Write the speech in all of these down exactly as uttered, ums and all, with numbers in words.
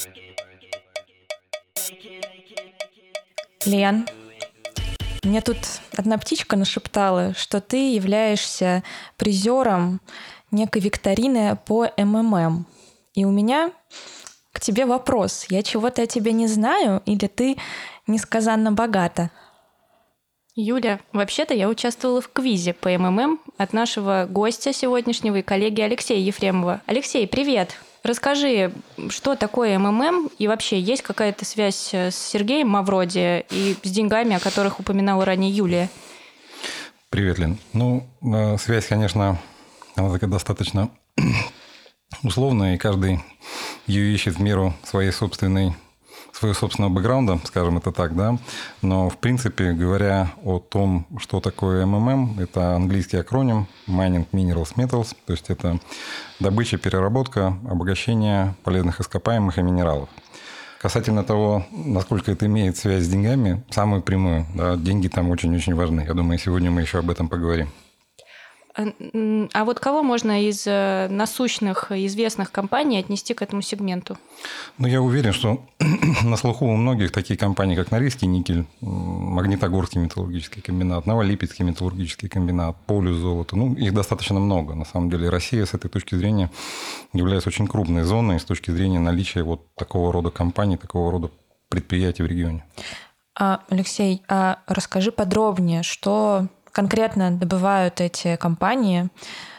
Лен, мне тут одна птичка нашептала, что ты являешься призером некой викторины по эм эм эм. И у меня к тебе вопрос. Я чего-то о тебе не знаю, или ты несказанно богата? Юля, вообще-то я участвовала в квизе по эм эм эм от нашего гостя сегодняшнего и коллеги Алексея Ефремова. Алексей, привет! Расскажи, что такое эм эм эм и вообще есть какая-то связь с Сергеем Мавроди и с деньгами, о которых упоминала ранее Юлия? Привет, Лен. Ну, связь, конечно, она такая достаточно условная, и каждый ее ищет в меру своей собственной, своего собственного бэкграунда, скажем это так, да. Но, в принципе, говоря о том, что такое эм эм эм, это английский акроним Mining Minerals Metals, то есть это добыча, переработка, обогащение полезных ископаемых и минералов. Касательно того, насколько это имеет связь с деньгами, самую прямую, да, деньги там очень-очень важны. Я думаю, сегодня мы еще об этом поговорим. А вот кого можно из насущных известных компаний отнести к этому сегменту? Ну, я уверен, что на слуху у многих такие компании, как Норильский никель, Магнитогорский металлургический комбинат, Новолипецкий металлургический комбинат, Полюс золото. Ну, их достаточно много. На самом деле Россия с этой точки зрения является очень крупной зоной с точки зрения наличия вот такого рода компаний, такого рода предприятий в регионе. А, Алексей, а расскажи подробнее, что конкретно добывают эти компании,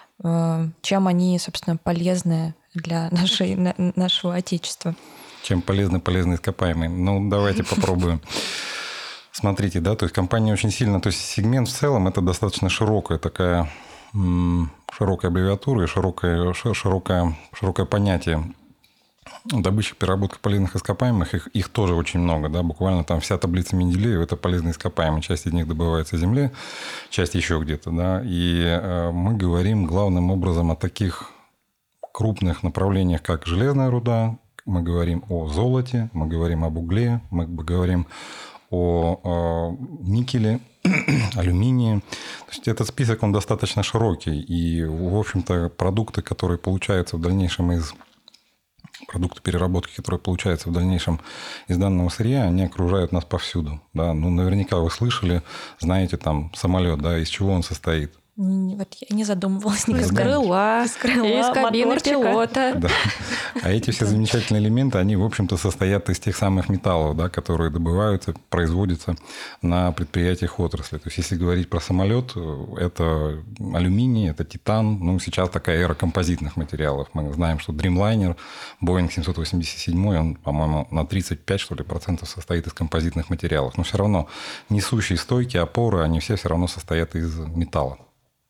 чем они, собственно, полезны для нашей, нашего отечества? Чем полезны полезные ископаемые? Ну, давайте попробуем. Смотрите, да, то есть компания очень сильно, то есть сегмент в целом это достаточно широкая такая, широкая аббревиатура и широкое, широкое, широкое понятие. Добыча, переработка полезных ископаемых, их, их тоже очень много. Да? Буквально там вся таблица Менделеева – это полезные ископаемые. Часть из них добывается в земле, часть еще где-то. Да? И э, мы говорим главным образом о таких крупных направлениях, как железная руда, мы говорим о золоте, мы говорим об угле, мы говорим о, о никеле, алюминии. То есть этот список, он достаточно широкий. И, в общем-то, продукты, которые получаются в дальнейшем из продукты переработки, которые получаются в дальнейшем из данного сырья, они окружают нас повсюду. Да? Ну, наверняка вы слышали, знаете, там самолет, да, из чего он состоит. Вот я не задумывалась никогда. Из крыла, из, крыла, из кабины моторчика. пилота. Да. А эти все замечательные элементы, они, в общем-то, состоят из тех самых металлов, да, которые добываются, производятся на предприятиях отрасли. То есть, если говорить про самолет, это алюминий, это титан. Ну, сейчас такая эра композитных материалов. Мы знаем, что Dreamliner, Boeing семьсот восемьдесят семь, он, по-моему, на тридцать пять, что ли, процентов состоит из композитных материалов. Но все равно несущие стойки, опоры, они все все равно состоят из металла.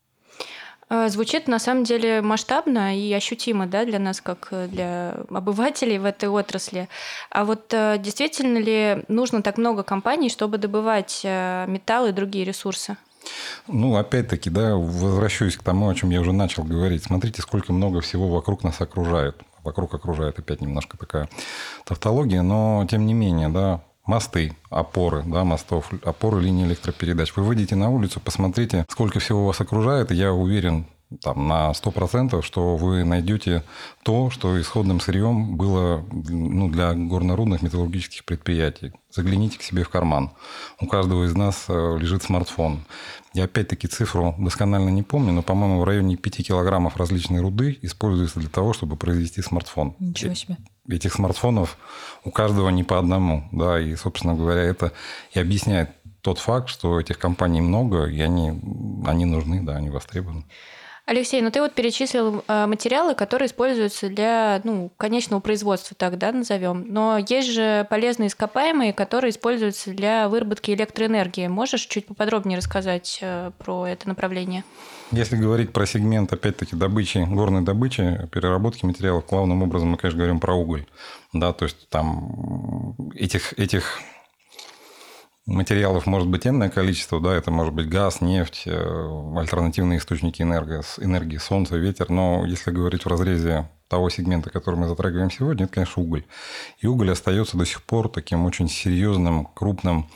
Звучит на самом деле масштабно и ощутимо, да, для нас, как для обывателей в этой отрасли. А вот действительно ли нужно так много компаний, чтобы добывать металлы и другие ресурсы? Ну, опять-таки, да, возвращаюсь к тому, о чем я уже начал говорить. Смотрите, сколько много всего вокруг нас окружает. Вокруг окружает опять немножко такая тавтология, но тем не менее, да, мосты, опоры, да, мостов, опоры линии электропередач. Вы выйдете на улицу, посмотрите, сколько всего вас окружает, и я уверен там, на сто процентов, что вы найдете то, что исходным сырьем было, ну, для горнорудных металлургических предприятий. Загляните к себе в карман. У каждого из нас лежит смартфон. Я опять-таки цифру досконально не помню, но, по-моему, в районе пяти килограммов различной руды используется для того, чтобы произвести смартфон. Ничего себе. Этих смартфонов у каждого не по одному. Да, и, собственно говоря, это и объясняет тот факт, что этих компаний много, и они, они нужны, да, они востребованы. Алексей, ну ты вот перечислил материалы, которые используются для, ну, конечного производства, так, да, назовем. Но есть же полезные ископаемые, которые используются для выработки электроэнергии. Можешь чуть поподробнее рассказать про это направление? Если говорить про сегмент, опять-таки, добычи, горной добычи, переработки материалов, главным образом мы, конечно, говорим про уголь. Да, то есть там этих, этих материалов может быть энное количество, да, это может быть газ, нефть, альтернативные источники энергии, энергии, солнце, ветер. Но если говорить в разрезе того сегмента, который мы затрагиваем сегодня, это, конечно, уголь. И уголь остается до сих пор таким очень серьезным, крупным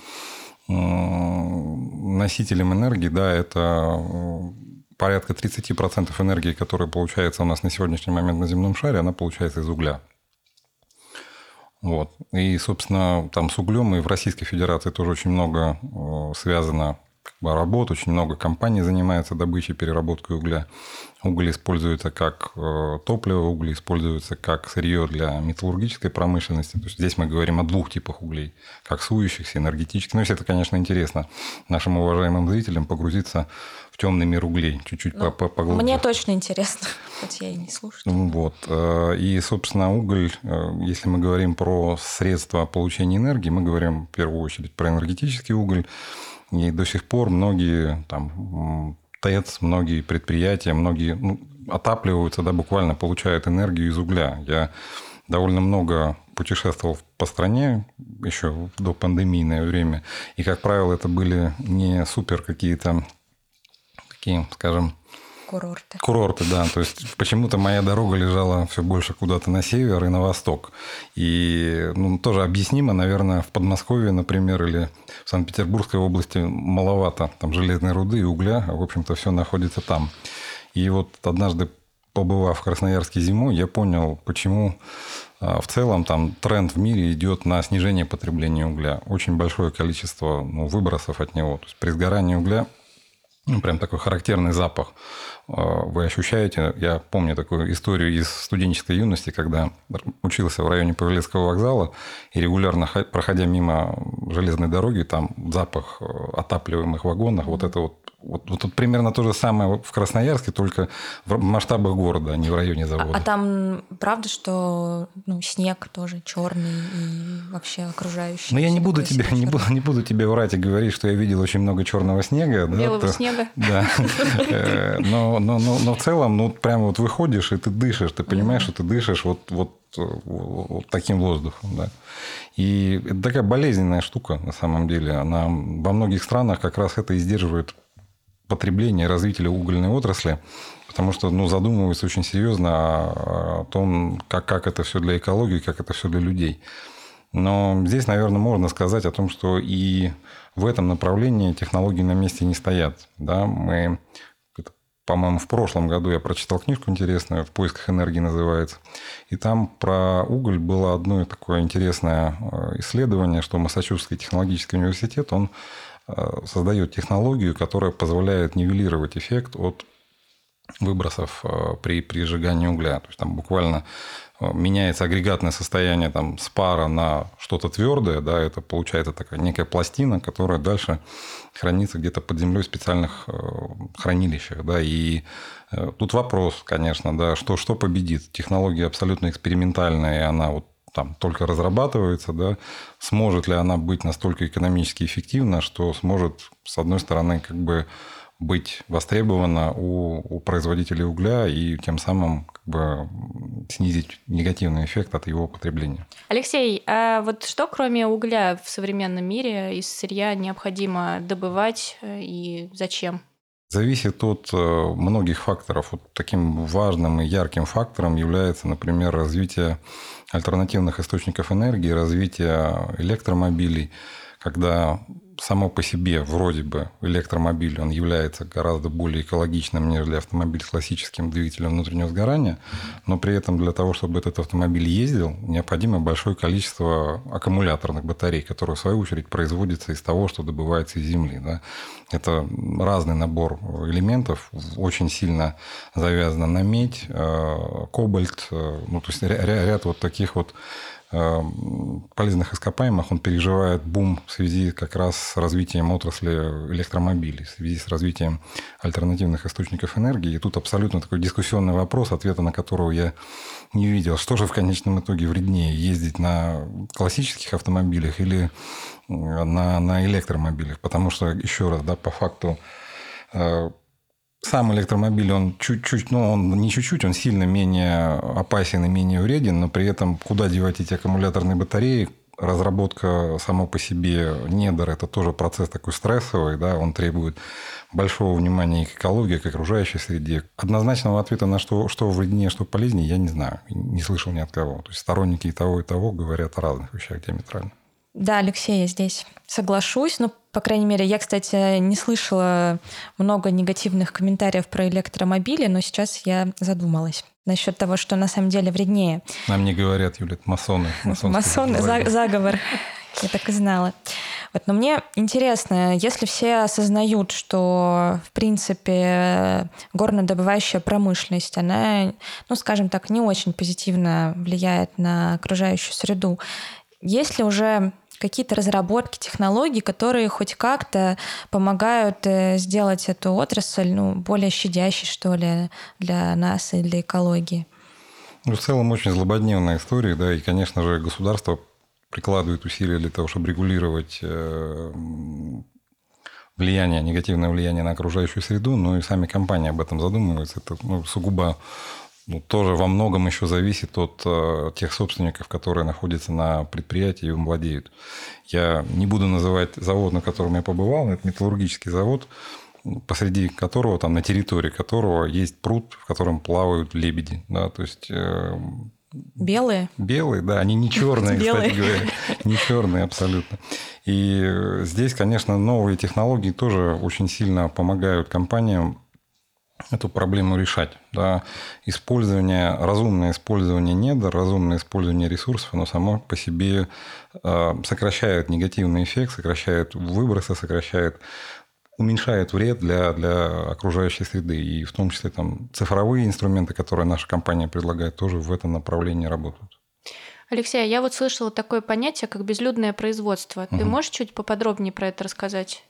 носителем энергии. Да, это порядка тридцать процентов энергии, которая получается у нас на сегодняшний момент на земном шаре, она получается из угля. Вот. И, собственно, там с углем и в Российской Федерации тоже очень много связано как бы работ, очень много компаний занимается добычей, переработкой угля. Уголь используется как топливо, уголь используется как сырье для металлургической промышленности. То есть здесь мы говорим о двух типах углей, как сующихся, энергетических. Ну, если это, конечно, интересно нашим уважаемым зрителям погрузиться в темный мир углей, чуть-чуть ну, поглубже. Мне точно интересно, хоть я и не слушаю. Вот. И, собственно, уголь, если мы говорим про средства получения энергии, мы говорим в первую очередь про энергетический уголь. И до сих пор многие там, ТЭЦ, многие предприятия, многие ну, отапливаются, да, буквально получают энергию из угля. Я довольно много путешествовал по стране еще до пандемийное время. И, как правило, это были не супер какие-то такие, скажем, Курорты. Курорты, да. То есть почему-то моя дорога лежала все больше куда-то на север и на восток. И ну, тоже объяснимо, наверное, в Подмосковье, например, или в Санкт-Петербургской области маловато там железной руды и угля, а в общем-то все находится там. И вот однажды, побывав в Красноярске зимой, я понял, почему в целом там тренд в мире идет на снижение потребления угля. Очень большое количество ну, выбросов от него. То есть при сгорании угля ну, прям такой характерный запах вы ощущаете. Я помню такую историю из студенческой юности, когда учился в районе Павелецкого вокзала, и регулярно, проходя мимо железной дороги, там запах отапливаемых вагонов, mm-hmm. вот это вот Вот, вот тут примерно то же самое в Красноярске, только в масштабах города, а не в районе завода. А, а там правда, что ну, снег тоже черный и вообще окружающий? Ну, я не буду, тебе, не, буду, не буду тебе врать и говорить, что я видел очень много черного снега. Белого да, то, снега. Да. Но, но, но, но в целом, ну, прямо вот выходишь, и ты дышишь, ты понимаешь, что ты дышишь вот, вот, вот таким воздухом. Да. И это такая болезненная штука, на самом деле. Она во многих странах как раз это и сдерживает потребления и развития угольной отрасли, потому что ну, задумываются очень серьезно о, о том, как, как это все для экологии, как это все для людей. Но здесь, наверное, можно сказать о том, что и в этом направлении технологии на месте не стоят. Да? Мы, по-моему, в прошлом году я прочитал книжку интересную, «В поисках энергии» называется, и там про уголь было одно такое интересное исследование, что Массачусетский технологический университет, он создает технологию, которая позволяет нивелировать эффект от выбросов при, при сжигании угля. То есть там буквально меняется агрегатное состояние там, с пара на что-то твердое, да, это получается такая некая пластина, которая дальше хранится где-то под землей в специальных хранилищах. Да, и тут вопрос, конечно, да, что, что победит. Технология абсолютно экспериментальная, и она вот там только разрабатывается, да, сможет ли она быть настолько экономически эффективна, что сможет, с одной стороны, как бы быть востребована у, у производителей угля и тем самым как бы снизить негативный эффект от его потребления. Алексей, а вот что кроме угля в современном мире из сырья необходимо добывать и зачем? Зависит от многих факторов. Вот таким важным и ярким фактором является, например, развитие альтернативных источников энергии, развитие электромобилей, когда само по себе вроде бы электромобиль, он является гораздо более экологичным, нежели автомобиль с классическим двигателем внутреннего сгорания, но при этом для того, чтобы этот автомобиль ездил, необходимо большое количество аккумуляторных батарей, которые, в свою очередь, производятся из того, что добывается из земли. Да? Это разный набор элементов, очень сильно завязано на медь, кобальт, ну, то есть ряд вот таких вот полезных ископаемых, он переживает бум в связи как раз с развитием отрасли электромобилей, в связи с развитием альтернативных источников энергии. И тут абсолютно такой дискуссионный вопрос, ответа на которого я не видел. Что же в конечном итоге вреднее, ездить на классических автомобилях или на, на электромобилях? Потому что, еще раз, да, по факту, сам электромобиль, он чуть-чуть, ну, он не чуть-чуть, он сильно менее опасен и менее вреден, но при этом куда девать эти аккумуляторные батареи? Разработка само по себе недр – это тоже процесс такой стрессовый, да, он требует большого внимания и к экологии, к окружающей среде. Однозначного ответа на что, что вреднее, что полезнее, я не знаю, не слышал ни от кого. То есть сторонники и того, и того говорят о разных вещах диаметрально. Да, Алексей, я здесь соглашусь. Ну, по крайней мере, я, кстати, не слышала много негативных комментариев про электромобили, но сейчас я задумалась. насчет того, что на самом деле вреднее. Нам не говорят, Юля, это масоны. Масоны, заговор. заговор. Я так и знала. Вот, но мне интересно, если все осознают, что, в принципе, горнодобывающая промышленность, она, ну, скажем так, не очень позитивно влияет на окружающую среду, есть ли уже какие-то разработки, технологий, которые хоть как-то помогают сделать эту отрасль, ну, более щадящей, что ли, для нас и для экологии? Ну, в целом, очень злободневная история, да, и, конечно же, государство прикладывает усилия для того, чтобы регулировать влияние, негативное влияние на окружающую среду, но и сами компании об этом задумываются. Это, ну, сугубо, ну, тоже во многом еще зависит от э, тех собственников, которые находятся на предприятии и им владеют. Я не буду называть завод, на котором я побывал, но это металлургический завод, посреди которого, там, на территории которого есть пруд, в котором плавают лебеди. Да, то есть... Э, Белые? Белые, да, они не черные, кстати говоря, не черные абсолютно. И здесь, конечно, новые технологии тоже очень сильно помогают компаниям эту проблему решать. Да. Использование, разумное использование недр, разумное использование ресурсов, оно само по себе сокращает негативный эффект, сокращает выбросы, сокращает, уменьшает вред для, для окружающей среды. И в том числе там, цифровые инструменты, которые наша компания предлагает, тоже в этом направлении работают. Алексей, я вот слышала такое понятие, как безлюдное производство. Ты угу. можешь чуть поподробнее про это рассказать?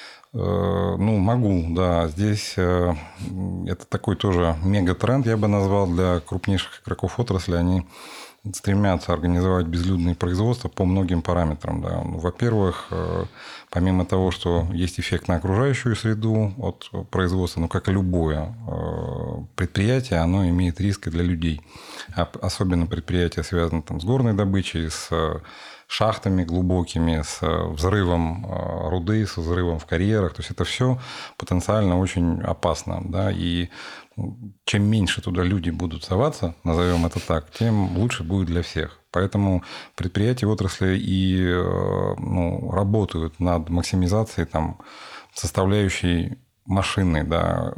Ну, могу, да. Здесь это такой тоже мегатренд, я бы назвал, для крупнейших игроков отрасли. Они стремятся организовать безлюдные производства по многим параметрам. Да. Во-первых, помимо того, что есть эффект на окружающую среду от производства, ну, как и любое предприятие, оно имеет риски для людей. Особенно предприятия, связанные там, с горной добычей, с шахтами глубокими, с взрывом руды, с взрывом в карьерах. То есть это все потенциально очень опасно. Да? И чем меньше туда люди будут соваться, назовем это так, тем лучше будет для всех. Поэтому предприятия отрасли и ну, работают над максимизацией там, составляющей машины, да,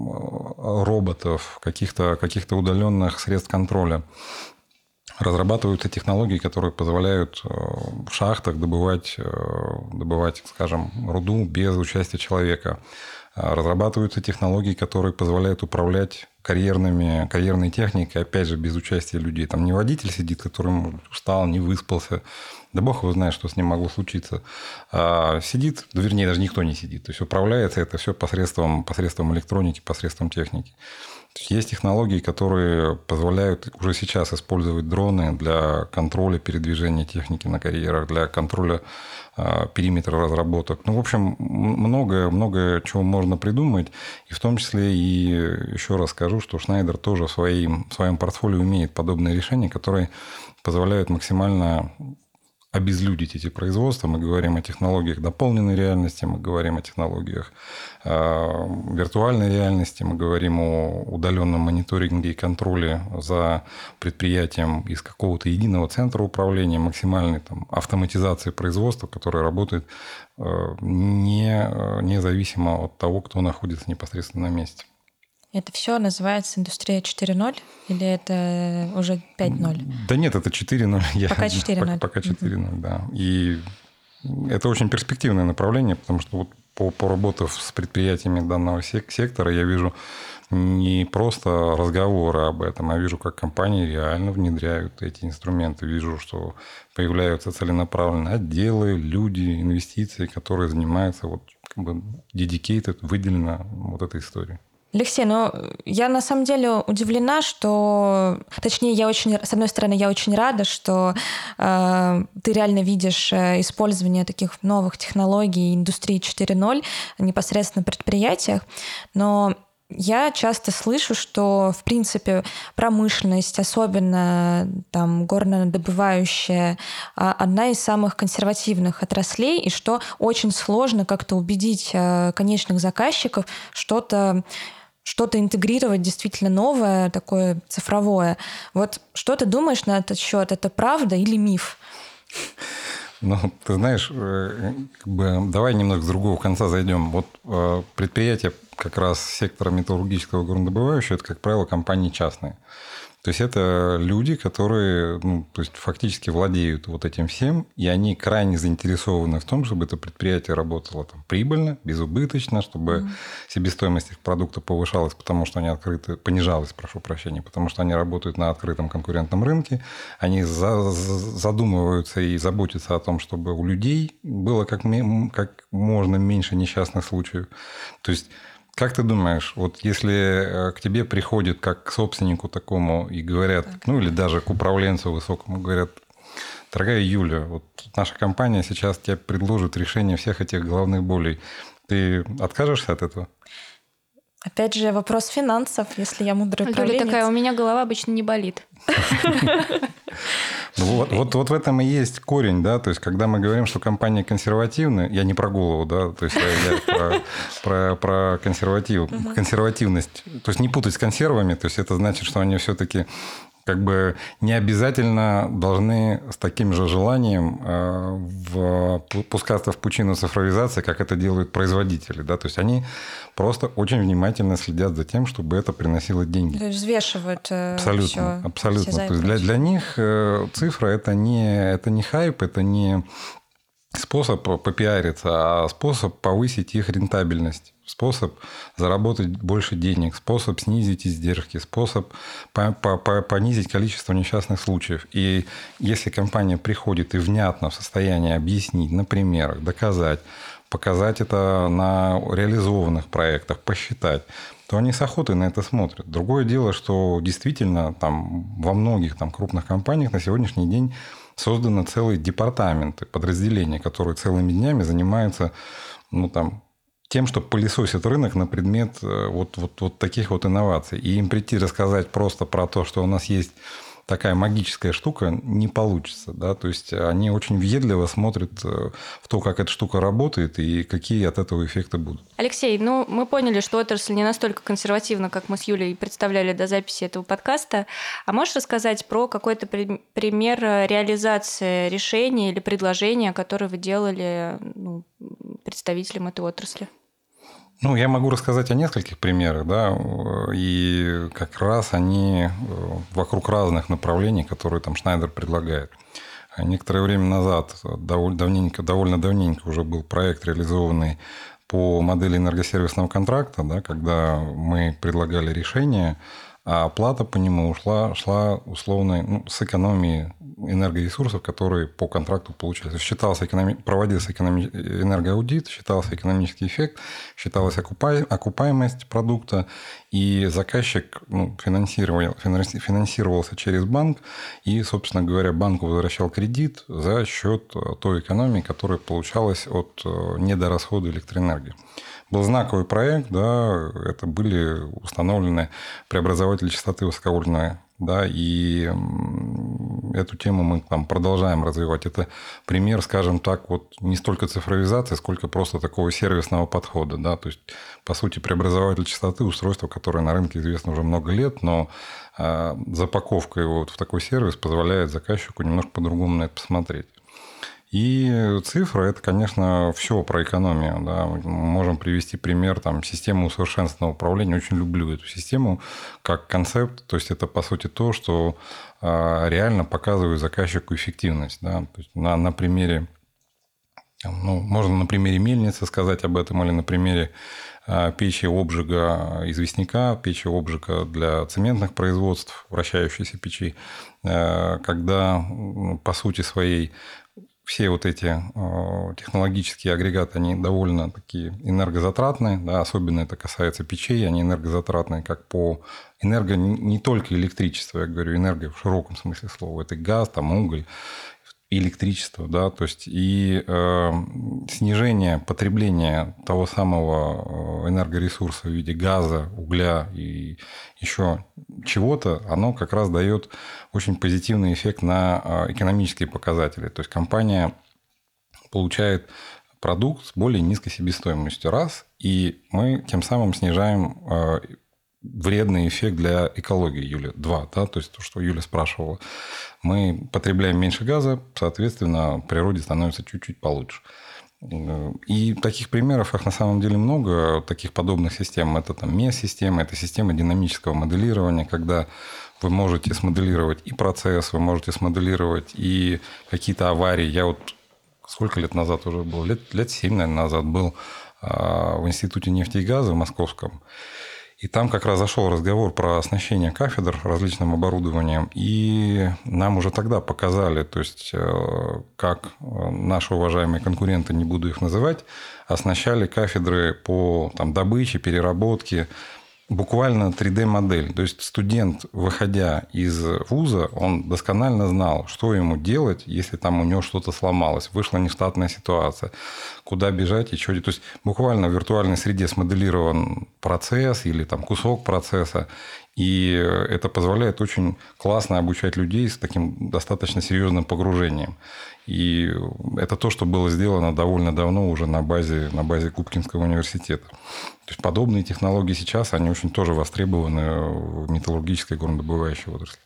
роботов, каких-то, каких-то удаленных средств контроля. Разрабатываются технологии, которые позволяют в шахтах добывать, добывать, скажем, руду без участия человека. Разрабатываются технологии, которые позволяют управлять карьерными, карьерной техникой, опять же, без участия людей. Там не водитель сидит, который устал, не выспался. Да бог его знает, что с ним могло случиться. А сидит, да, вернее, даже никто не сидит. То есть управляется это все посредством, посредством электроники, посредством техники. Есть технологии, которые позволяют уже сейчас использовать дроны для контроля передвижения техники на карьерах, для контроля э, периметра разработок. Ну, в общем, многое, многое чего можно придумать. И в том числе, и еще раз скажу, что Schneider тоже в своем, в своем портфолио имеет подобные решения, которые позволяют максимально обезлюдить эти производства. Мы говорим о технологиях дополненной реальности, мы говорим о технологиях э, виртуальной реальности, мы говорим о удаленном мониторинге и контроле за предприятием из какого-то единого центра управления, максимальной там, автоматизации производства, которая работает э, не, независимо от того, кто находится непосредственно на месте. Это все называется индустрия четыре ноль или это уже пять ноль? Да нет, это четыре ноль. Пока четыре ноль. Пока четыре ноль, uh-huh. да. И это очень перспективное направление, потому что вот по, поработав с предприятиями данного сектора, я вижу не просто разговоры об этом, а вижу, как компании реально внедряют эти инструменты. Вижу, что появляются целенаправленные отделы, люди, инвестиции, которые занимаются вот как бы dedicated, выделено вот этой историей. Алексей, ну я на самом деле удивлена, что, точнее, я очень, с одной стороны, я очень рада, что э, ты реально видишь использование таких новых технологий индустрии четыре ноль непосредственно в предприятиях, но я часто слышу, что, в принципе, промышленность, особенно там горнодобывающая, одна из самых консервативных отраслей, и что очень сложно как-то убедить конечных заказчиков что-то что-то интегрировать действительно новое, такое цифровое. Вот что ты думаешь на этот счет? Это правда или миф? Ну, ты знаешь, как бы, давай немного с другого конца зайдем. Вот предприятия как раз сектора металлургического горнодобывающего, это, как правило, компании частные. То есть это люди, которые ну, то есть фактически владеют вот этим всем, и они крайне заинтересованы в том, чтобы это предприятие работало там, прибыльно, безубыточно, чтобы mm-hmm. себестоимость их продукта повышалась, потому что они открыты, понижалась, прошу прощения, потому что они работают на открытом конкурентном рынке, они за, задумываются и заботятся о том, чтобы у людей было как, как можно меньше несчастных случаев. То есть как ты думаешь, вот если к тебе приходят как к собственнику такому и говорят, так. ну или даже к управленцу высокому, говорят, дорогая Юля, вот наша компания сейчас тебе предложит решение всех этих головных болей, ты откажешься от этого? Опять же, вопрос финансов, если я мудрый управленец. Юля такая, у меня голова обычно не болит. Вот, вот, вот в этом и есть корень, да, то есть, когда мы говорим, что компания консервативная, я не про голову, да, то есть, я, я про, про, про консерватив, uh-huh. консервативность, то есть, не путать с консервами, то есть, это значит, что они все-таки как бы не обязательно должны с таким же желанием в, пускаться в пучину цифровизации, как это делают производители. Да? То есть они просто очень внимательно следят за тем, чтобы это приносило деньги. То есть взвешивают абсолютно, все, абсолютно. Все То есть для, для них цифра это не, это не хайп, это не способ попиариться, а способ повысить их рентабельность. Способ заработать больше денег, способ снизить издержки, способ понизить количество несчастных случаев. И если компания приходит и внятно в состоянии объяснить на примерах, доказать, показать это на реализованных проектах, посчитать, то они с охотой на это смотрят. Другое дело, что действительно там, во многих там, крупных компаниях на сегодняшний день созданы целые департаменты, подразделения, которые целыми днями занимаются ну, там, тем, что пылесосит рынок на предмет вот, вот, вот таких вот инноваций. И им прийти рассказать просто про то, что у нас есть такая магическая штука, не получится. Да? То есть они очень въедливо смотрят в то, как эта штука работает и какие от этого эффекты будут. Алексей, ну мы поняли, что отрасль не настолько консервативна, как мы с Юлей представляли до записи этого подкаста. А можешь рассказать про какой-то при- пример реализации решения или предложения, которое вы делали ну, представителям этой отрасли? Ну, я могу рассказать о нескольких примерах, да, и как раз они вокруг разных направлений, которые там Шнайдер предлагает. Некоторое время назад, довольно давненько, довольно давненько уже был проект, реализованный по модели энергосервисного контракта, да, когда мы предлагали решение, а оплата по нему ушла, шла условно ну, с экономии энергоресурсов, которые по контракту получались. Считался экономи... Проводился экономи... энергоаудит, считался экономический эффект, считалась окупа... окупаемость продукта, и заказчик ну, финансировал... финансировался через банк, и, собственно говоря, банку возвращал кредит за счет той экономии, которая получалась от недорасхода электроэнергии. Был знаковый проект, да, это были установлены преобразователи частоты высоковольтной, да, и эту тему мы там продолжаем развивать. Это пример, скажем так, вот не столько цифровизации, сколько просто такого сервисного подхода, да, то есть, по сути, преобразователь частоты – устройство, которое на рынке известно уже много лет, но запаковка его вот в такой сервис позволяет заказчику немножко по-другому на это посмотреть. И цифра – это, конечно, все про экономию. Да. Мы можем привести пример там, системы усовершенствованного управления. Очень люблю эту систему как концепт. То есть, это, по сути, то, что реально показывает заказчику эффективность. Да. То есть, на, на примере, ну, можно на примере мельницы сказать об этом, или на примере печи обжига известняка, печи обжига для цементных производств, вращающейся печи, когда, по сути своей, все вот эти технологические агрегаты, они довольно такие энергозатратные, да, особенно это касается печей, они энергозатратные как по энерго, не только электричество, я говорю, энерго в широком смысле слова, это газ, там уголь, электричество, да, то есть и э, снижение потребления того самого энергоресурса в виде газа, угля и еще чего-то, оно как раз дает очень позитивный эффект на экономические показатели. То есть компания получает продукт с более низкой себестоимостью раз, и мы тем самым снижаем вредный эффект для экологии, Юля. Два, да, то есть то, что Юля спрашивала. Мы потребляем меньше газа, соответственно, природе становится чуть-чуть получше. И таких примеров, их на самом деле много, таких подобных систем. Это там МЕС-система, это система динамического моделирования, когда вы можете смоделировать и процесс, вы можете смоделировать и какие-то аварии. Я вот сколько лет назад уже был? Лет, лет семь, наверное, назад был в Институте нефти и газа в Московском. И там как раз зашел разговор про оснащение кафедр различным оборудованием. И нам уже тогда показали, то есть, как наши уважаемые конкуренты, не буду их называть, оснащали кафедры по там, добыче, переработке, буквально три дэ-модель. То есть студент, выходя из вуза, он досконально знал, что ему делать, если там у него что-то сломалось, вышла нештатная ситуация, куда бежать и что. То есть буквально в виртуальной среде смоделирован процесс или там кусок процесса. И это позволяет очень классно обучать людей с таким достаточно серьезным погружением. И это то, что было сделано довольно давно уже на базе, на базе Губкинского университета. То есть подобные технологии сейчас, они очень тоже востребованы в металлургической и горнодобывающей отрасли.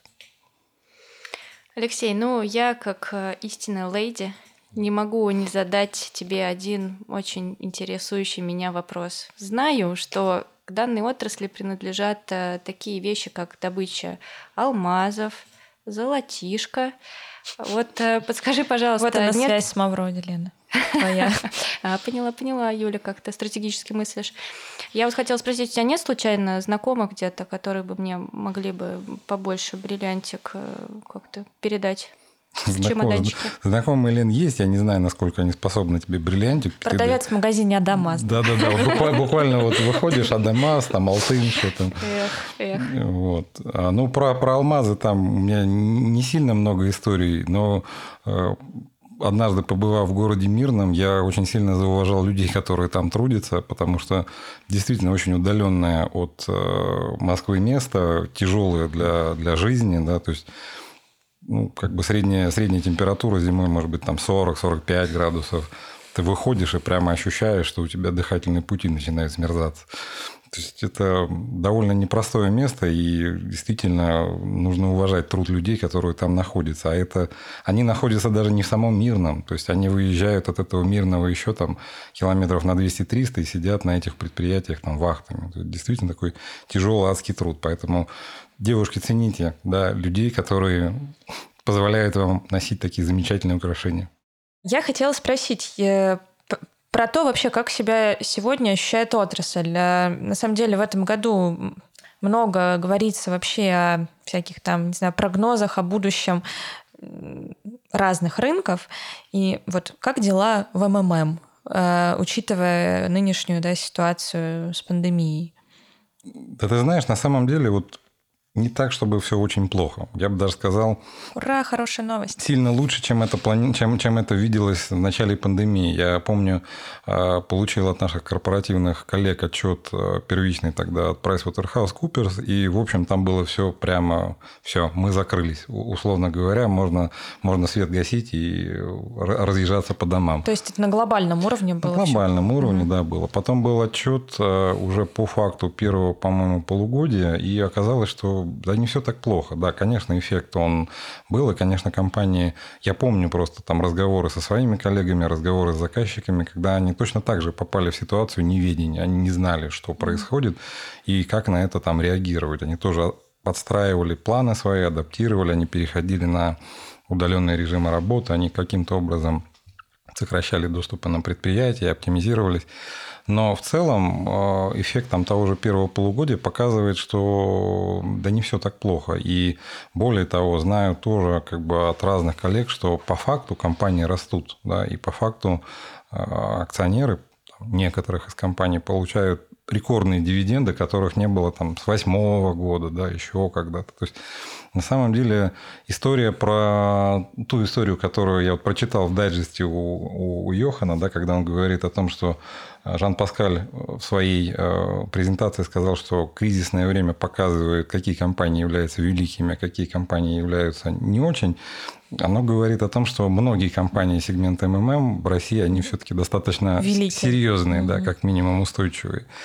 Алексей, ну я как истинная леди не могу не задать тебе один очень интересующий меня вопрос. Знаю, что к данной отрасли принадлежат э, такие вещи, как добыча алмазов, золотишко. Вот э, подскажи, пожалуйста... Вот она нет... связь с Мавроди, Лена. Твоя. А, поняла, поняла, Юля, как ты стратегически мыслишь. Я вот хотела спросить, у тебя нет случайно знакомых где-то, которые бы мне могли бы побольше бриллиантик э, как-то передать? Знаком, знакомые, Лен, есть. Я не знаю, насколько они способны тебе бриллиантик передать. Продавец в магазине Адамас. Да-да-да. Буквально, буквально вот выходишь, Адамас, там, Алтын, что там. Эх, эх. Вот. А, ну, про, про алмазы там у меня не сильно много историй, но э, однажды, побывав в городе Мирном, я очень сильно зауважал людей, которые там трудятся, потому что действительно очень удаленное от э, Москвы место, тяжелое для, для жизни, да, то есть ну, как бы средняя, средняя температура зимой может быть там сорок-сорок пять градусов. Ты выходишь и прямо ощущаешь, что у тебя дыхательные пути начинают смерзаться. То есть это довольно непростое место, и действительно нужно уважать труд людей, которые там находятся. А это они находятся даже не в самом Мирном. То есть они выезжают от этого Мирного еще там километров на двести-триста и сидят на этих предприятиях там вахтами. Это действительно такой тяжелый адский труд. Поэтому девушки, цените, да, людей, которые позволяют вам носить такие замечательные украшения. Я хотела спросить э, про то вообще, как себя сегодня ощущает отрасль. Э, на самом деле в этом году много говорится вообще о всяких там, не знаю, прогнозах о будущем разных рынков. И вот как дела в эм эм эм, э, учитывая нынешнюю, да, ситуацию с пандемией? Да ты знаешь, на самом деле вот не так, чтобы все очень плохо. Я бы даже сказал... Ура, хорошая новость. Сильно лучше, чем это, плани... чем, чем это виделось в начале пандемии. Я помню, получил от наших корпоративных коллег отчет первичный тогда от PricewaterhouseCoopers, и, в общем, там было все прямо... Все, мы закрылись. Условно говоря, можно, можно свет гасить и разъезжаться по домам. То есть это на глобальном уровне было? На глобальном все? уровне, mm-hmm. да, было. Потом был отчет уже по факту первого, по-моему, полугодия, и оказалось, что да не все так плохо. Да, конечно, эффект он был, и, конечно, компании... Я помню просто там разговоры со своими коллегами, разговоры с заказчиками, когда они точно так же попали в ситуацию неведения. Они не знали, что происходит и как на это там реагировать. Они тоже подстраивали планы свои, адаптировали, они переходили на удаленные режимы работы, они каким-то образом сокращали доступы на предприятия, оптимизировались. Но в целом эффект там того же первого полугодия показывает, что да не все так плохо. И более того, знаю тоже как бы от разных коллег, что по факту компании растут. Да, и по факту акционеры некоторых из компаний получают рекордные дивиденды, которых не было там с восьмого года, да, еще когда-то. То есть на самом деле история про ту историю, которую я вот прочитал в дайджесте у, у Йохана, да, когда он говорит о том, что Жан-Паскаль в своей презентации сказал, что кризисное время показывает, какие компании являются великими, а какие компании являются не очень. Оно говорит о том, что многие компании сегмента эм эм эм в России, они все-таки достаточно Великие. серьезные, mm-hmm. да, как минимум устойчивые.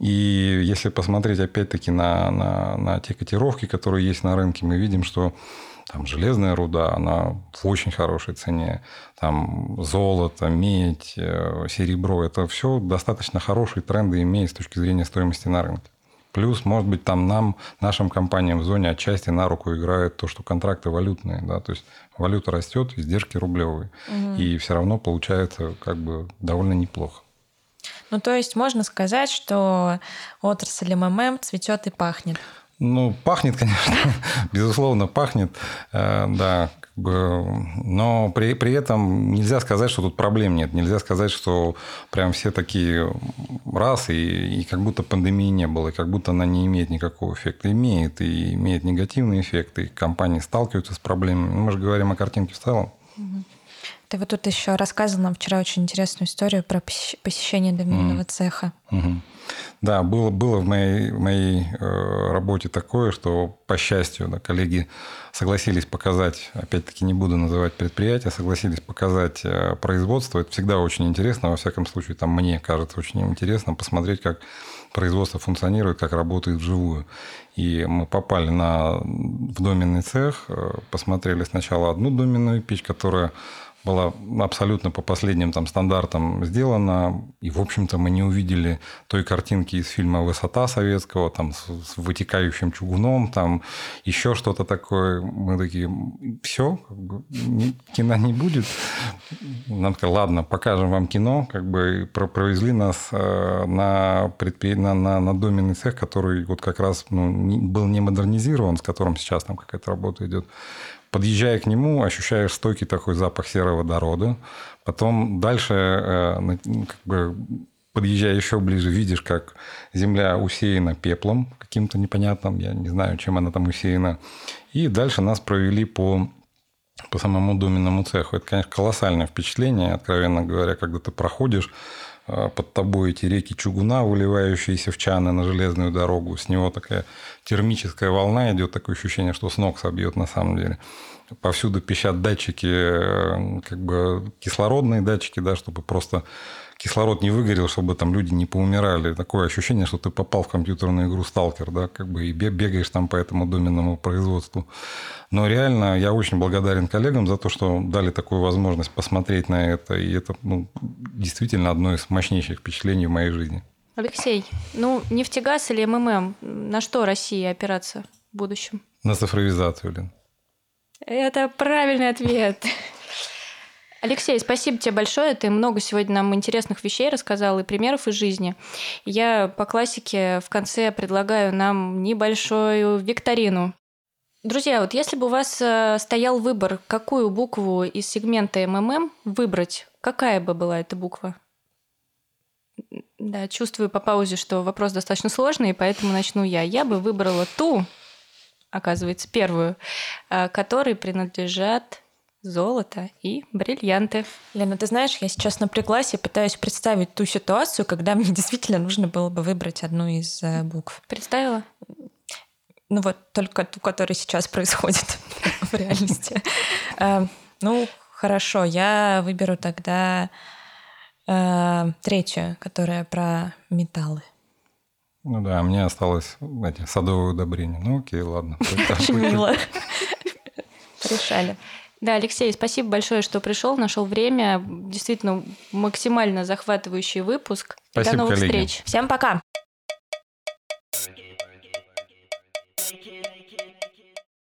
И если посмотреть опять-таки на, на, на те котировки, которые есть на рынке, мы видим, что там железная руда, она в очень хорошей цене. Там золото, медь, серебро – это все достаточно хорошие тренды имеет с точки зрения стоимости на рынке. Плюс, может быть, там нам, нашим компаниям в зоне отчасти на руку играет то, что контракты валютные. Да? То есть валюта растет, издержки рублевые. Угу. И все равно получается как бы довольно неплохо. Ну, то есть можно сказать, что отрасль эм эм эм цветет и пахнет. Ну, пахнет, конечно, безусловно, пахнет, да, как бы, но при, при этом нельзя сказать, что тут проблем нет. Нельзя сказать, что прям все такие раз, и, и как будто пандемии не было, и как будто она не имеет никакого эффекта. Имеет, и имеет негативный эффект, и компании сталкиваются с проблемами. Мы же говорим о картинке в целом. Ты вот тут еще рассказывал нам вчера очень интересную историю про посещение доминного mm. цеха. Mm-hmm. Да, было, было в моей, в моей э, работе такое, что, по счастью, да, коллеги согласились показать, опять-таки не буду называть предприятие, согласились показать э, производство. Это всегда очень интересно, во всяком случае, там, мне кажется очень интересно посмотреть, как производство функционирует, как работает вживую. И мы попали на, в доменный цех, э, посмотрели сначала одну доменную печь, которая была абсолютно по последним там стандартам сделана. И, в общем-то, мы не увидели той картинки из фильма «Высота» советского, там, с, с вытекающим чугуном, там, еще что-то такое. Мы такие, все, как бы, кино не будет. Нам сказали, ладно, покажем вам кино. Как бы провезли нас на, предпри... на, на, на доменный цех, который вот как раз ну, был не модернизирован, с которым сейчас там какая-то работа идет. Подъезжая к нему, ощущаешь стойкий такой запах сероводорода. Потом дальше, как бы, подъезжая еще ближе, видишь, как земля усеяна пеплом каким-то непонятным. Я не знаю, чем она там усеяна. И дальше нас провели по, по самому доменному цеху. Это, конечно, колоссальное впечатление, откровенно говоря, когда ты проходишь под тобой эти реки чугуна, выливающиеся в чаны на железную дорогу. С него такая термическая волна идет, такое ощущение, что с ног собьет на самом деле. Повсюду пищат датчики, как бы кислородные датчики, да, чтобы просто кислород не выгорел, чтобы там люди не поумирали. Такое ощущение, что ты попал в компьютерную игру «Сталкер», да, как бы и бегаешь там по этому доменному производству. Но реально я очень благодарен коллегам за то, что дали такую возможность посмотреть на это. И это ну, действительно одно из мощнейших впечатлений в моей жизни. Алексей, ну нефтегаз или эм эм эм, на что Россия опираться в будущем? На цифровизацию, Лен. Это правильный ответ. Алексей, спасибо тебе большое. Ты много сегодня нам интересных вещей рассказал и примеров из жизни. Я по классике в конце предлагаю нам небольшую викторину. Друзья, вот если бы у вас стоял выбор, какую букву из сегмента эм эм эм выбрать, какая бы была эта буква? Да, чувствую по паузе, что вопрос достаточно сложный, поэтому начну я. Я бы выбрала ту, оказывается, первую, которой принадлежат золото и бриллианты. Лена, ты знаешь, я сейчас напряглась и пытаюсь представить ту ситуацию, когда мне действительно нужно было бы выбрать одну из букв. Представила? Ну вот, только ту, которая сейчас происходит в реальности. Ну, хорошо, я выберу тогда третью, которая про металлы. Ну да, мне осталось эти садовые удобрения. Ну окей, ладно. Очень мило. Решали. Да, Алексей, спасибо большое, что пришел, нашел время. Действительно, максимально захватывающий выпуск. Спасибо, До новых коллеги. встреч. Всем пока.